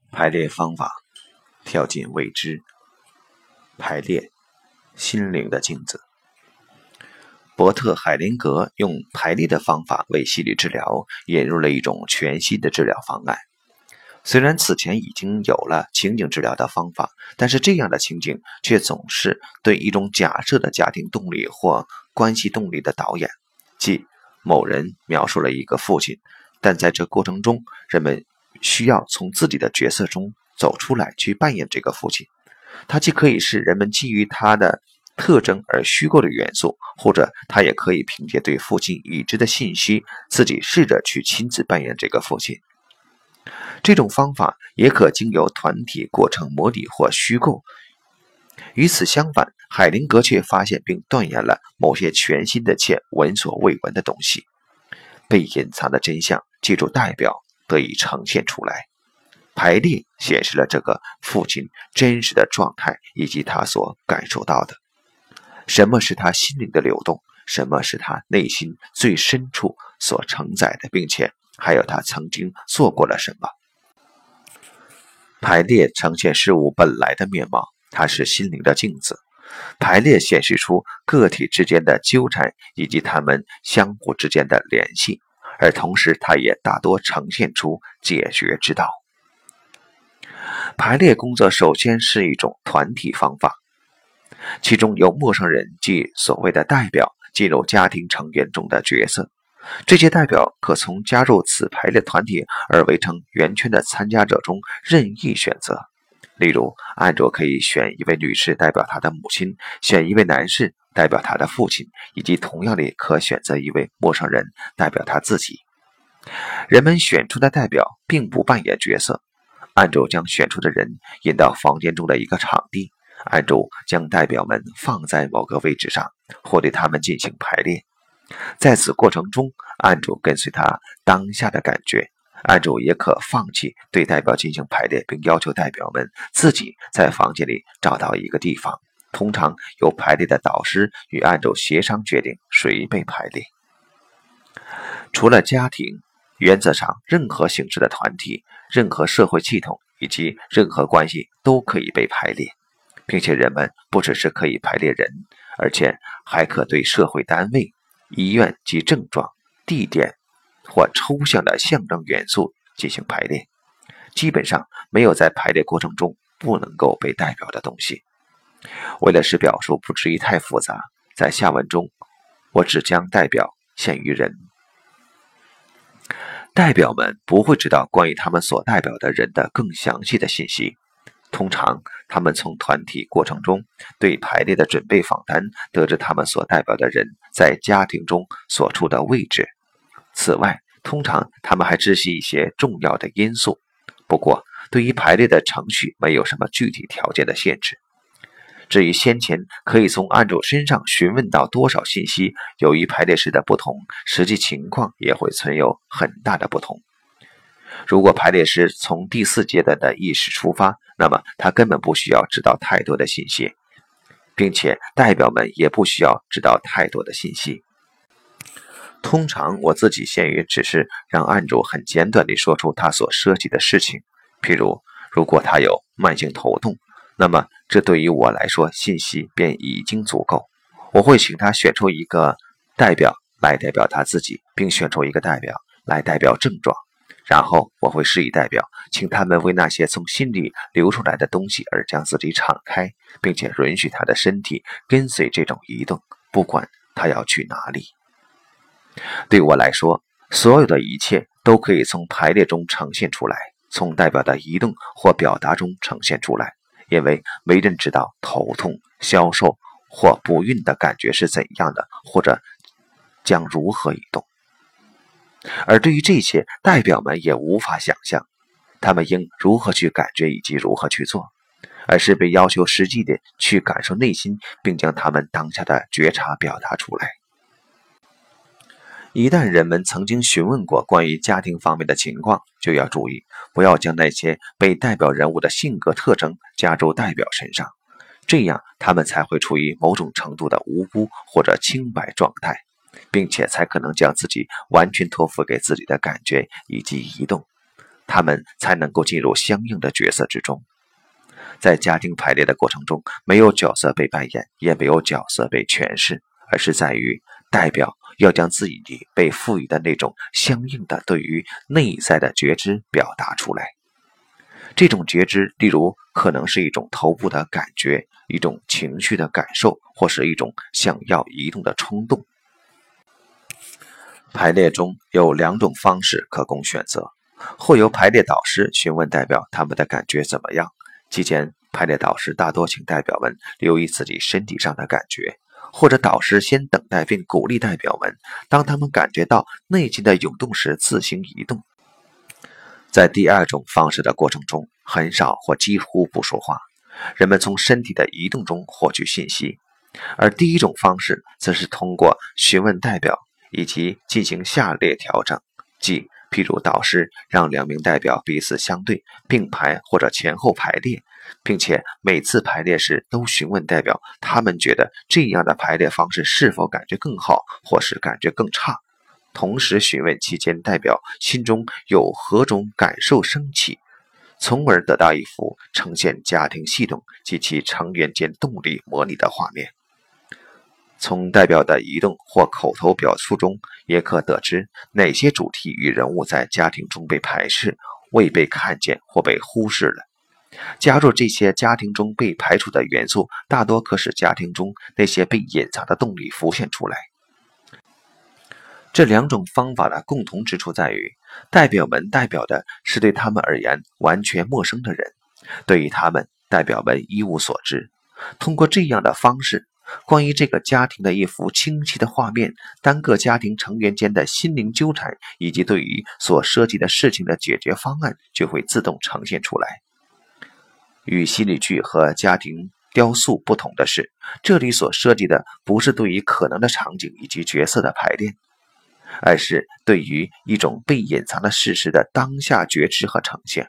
排列方法，跳进未知。排列，心灵的镜子。伯特·海灵格用排列的方法为心理治疗引入了一种全新的治疗方案。虽然此前已经有了情景治疗的方法，但是这样的情景却总是对一种假设的家庭动力或关系动力的导演，即某人描述了一个父亲，但在这过程中，人们需要从自己的角色中走出来去扮演这个父亲。它既可以是人们基于他的特征而虚构的元素，或者他也可以凭借对父亲已知的信息，自己试着去亲自扮演这个父亲。这种方法也可经由团体过程模拟或虚构。与此相反，海灵格却发现并断言了某些全新的且闻所未闻的东西。被隐藏的真相借助代表得以呈现出来。排列显示了这个父亲真实的状态以及他所感受到的。什么是他心灵的流动？什么是他内心最深处所承载的，并且还有他曾经做过了什么？排列呈现事物本来的面貌，它是心灵的镜子。排列显示出个体之间的纠缠以及他们相互之间的联系，而同时它也大多呈现出解决之道。排列工作首先是一种团体方法，其中由陌生人即所谓的代表进入家庭成员中的角色。这些代表可从加入此排列团体而围成圆圈的参加者中任意选择。例如，案主可以选一位女士代表她的母亲，选一位男士代表他的父亲，以及同样的可选择一位陌生人代表他自己。人们选出的代表并不扮演角色，案主将选出的人引到房间中的一个场地，案主将代表们放在某个位置上，或对他们进行排列。在此过程中，案主跟随他当下的感觉，案主也可放弃对代表进行排列，并要求代表们自己在房间里找到一个地方，通常由排列的导师与案主协商决定谁被排列。除了家庭，原则上任何形式的团体、任何社会系统以及任何关系都可以被排列，并且人们不只是可以排列人，而且还可对社会单位、医院及症状、地点或抽象的象征元素进行排列。基本上没有在排列过程中不能够被代表的东西。为了使表述不至于太复杂，在下文中我只将代表限于人。代表们不会知道关于他们所代表的人的更详细的信息。通常他们从团体过程中对排列的准备访谈得知他们所代表的人在家庭中所处的位置。此外，通常他们还知悉一些重要的因素。不过，对于排列的程序没有什么具体条件的限制。至于先前可以从案主身上询问到多少信息，由于排列时的不同，实际情况也会存有很大的不同。如果排列师从第4阶段的意识出发，那么他根本不需要知道太多的信息，并且代表们也不需要知道太多的信息。通常我自己限于只是让案主很简短地说出他所涉及的事情，譬如如果他有慢性头痛，那么这对于我来说信息便已经足够。我会请他选出一个代表来代表他自己，并选出一个代表来代表症状，然后我会示意代表，请他们为那些从心里流出来的东西而将自己敞开，并且允许他的身体跟随这种移动，不管他要去哪里。对我来说，所有的一切都可以从排列中呈现出来，从代表的移动或表达中呈现出来，因为没人知道头痛、消瘦或不孕的感觉是怎样的，或者将如何移动。而对于这些，代表们也无法想象他们应如何去感觉以及如何去做，而是被要求实际的去感受内心，并将他们当下的觉察表达出来。一旦人们曾经询问过关于家庭方面的情况，就要注意不要将那些被代表人物的性格特征加入代表身上，这样他们才会处于某种程度的无辜或者清白状态，并且才可能将自己完全托付给自己的感觉以及移动。 他们才能够进入相应的角色之中。在家庭排列的过程中，没有角色被扮演，也没有角色被诠释，而是在于代表要将自己被赋予的那种相应的对于内在的觉知表达出来。这种觉知，例如可能是一种头部的感觉，一种情绪的感受，或是一种想要移动的冲动。排列中有2种方式可供选择，或由排列导师询问代表他们的感觉怎么样，期间排列导师大多请代表们留意自己身体上的感觉，或者导师先等待并鼓励代表们，当他们感觉到内心的涌动时自行移动。在第2种方式的过程中，很少或几乎不说话，人们从身体的移动中获取信息，而第1种方式则是通过询问代表以及进行下列调整，即譬如导师让2名代表彼此相对并排或者前后排列，并且每次排列时都询问代表他们觉得这样的排列方式是否感觉更好或是感觉更差，同时询问期间代表心中有何种感受升起，从而得到一幅呈现家庭系统及其成员间动力模拟的画面。从代表的移动或口头表述中，也可得知哪些主题与人物在家庭中被排斥、未被看见或被忽视了。加入这些家庭中被排除的元素，大多可使家庭中那些被隐藏的动力浮现出来。这2种方法的共同之处在于，代表们代表的是对他们而言完全陌生的人，对于他们，代表们一无所知。通过这样的方式，关于这个家庭的一幅清晰的画面，单个家庭成员间的心灵纠缠，以及对于所涉及的事情的解决方案就会自动呈现出来。与心理剧和家庭雕塑不同的是，这里所涉及的不是对于可能的场景以及角色的排练，而是对于一种被隐藏的事实的当下觉知和呈现。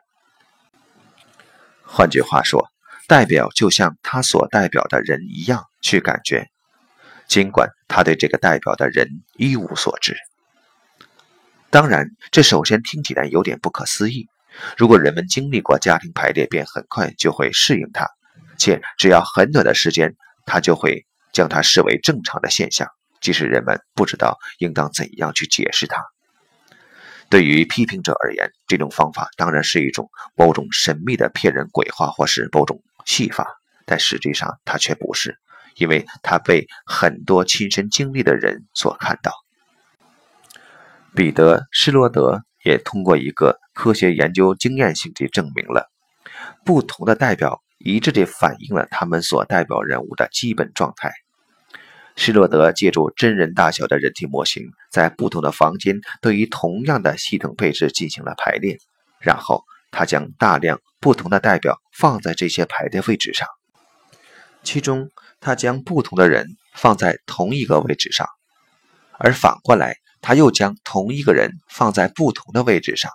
换句话说，代表就像他所代表的人一样去感觉，尽管他对这个代表的人一无所知。当然，这首先听起来有点不可思议，如果人们经历过家庭排列，便很快就会适应它，且只要很短的时间，他就会将它视为正常的现象，即使人们不知道应当怎样去解释它。对于批评者而言，这种方法当然是一种某种神秘的骗人鬼话或是某种戏法，但实际上它却不是，因为它被很多亲身经历的人所看到。彼得·施罗德也通过一个科学研究经验性地证明了，不同的代表一致地反映了他们所代表人物的基本状态。施罗德借助真人大小的人体模型，在不同的房间对于同样的系统配置进行了排列，然后他将大量不同的代表放在这些排列位置上，其中他将不同的人放在同一个位置上，而反过来他又将同一个人放在不同的位置上。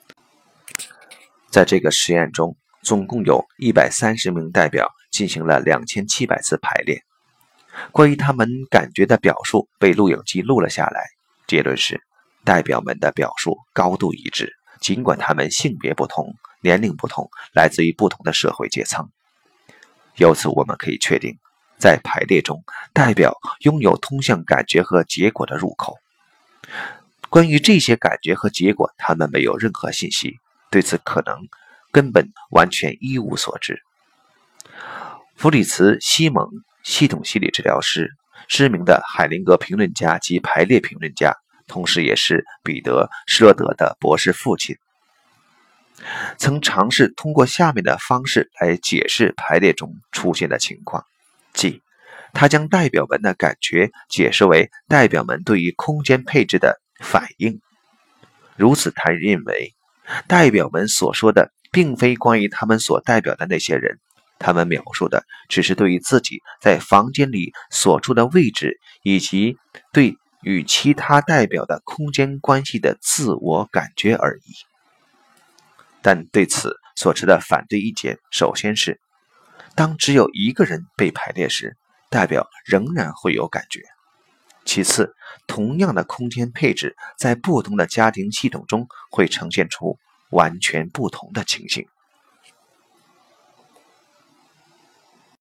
在这个实验中，总共有130名代表进行了2700次排列。关于他们感觉的表述被录影机录了下来，结论是代表们的表述高度一致，尽管他们性别不同、年龄不同，来自于不同的社会阶层。由此我们可以确定，在排列中，代表拥有通向感觉和结果的入口。关于这些感觉和结果，他们没有任何信息，对此可能根本完全一无所知。弗里茨·西蒙，系统心理治疗师，知名的海灵格评论家及排列评论家，同时也是彼得·施罗德的博士父亲，曾尝试通过下面的方式来解释排列中出现的情况，即他将代表们的感觉解释为代表们对于空间配置的反应。如此他认为，代表们所说的并非关于他们所代表的那些人，他们描述的只是对于自己在房间里所处的位置，以及对与其他代表的空间关系的自我感觉而已。但对此所持的反对意见，首先是，当只有一个人被排列时，代表仍然会有感觉。其次，同样的空间配置在不同的家庭系统中会呈现出完全不同的情形。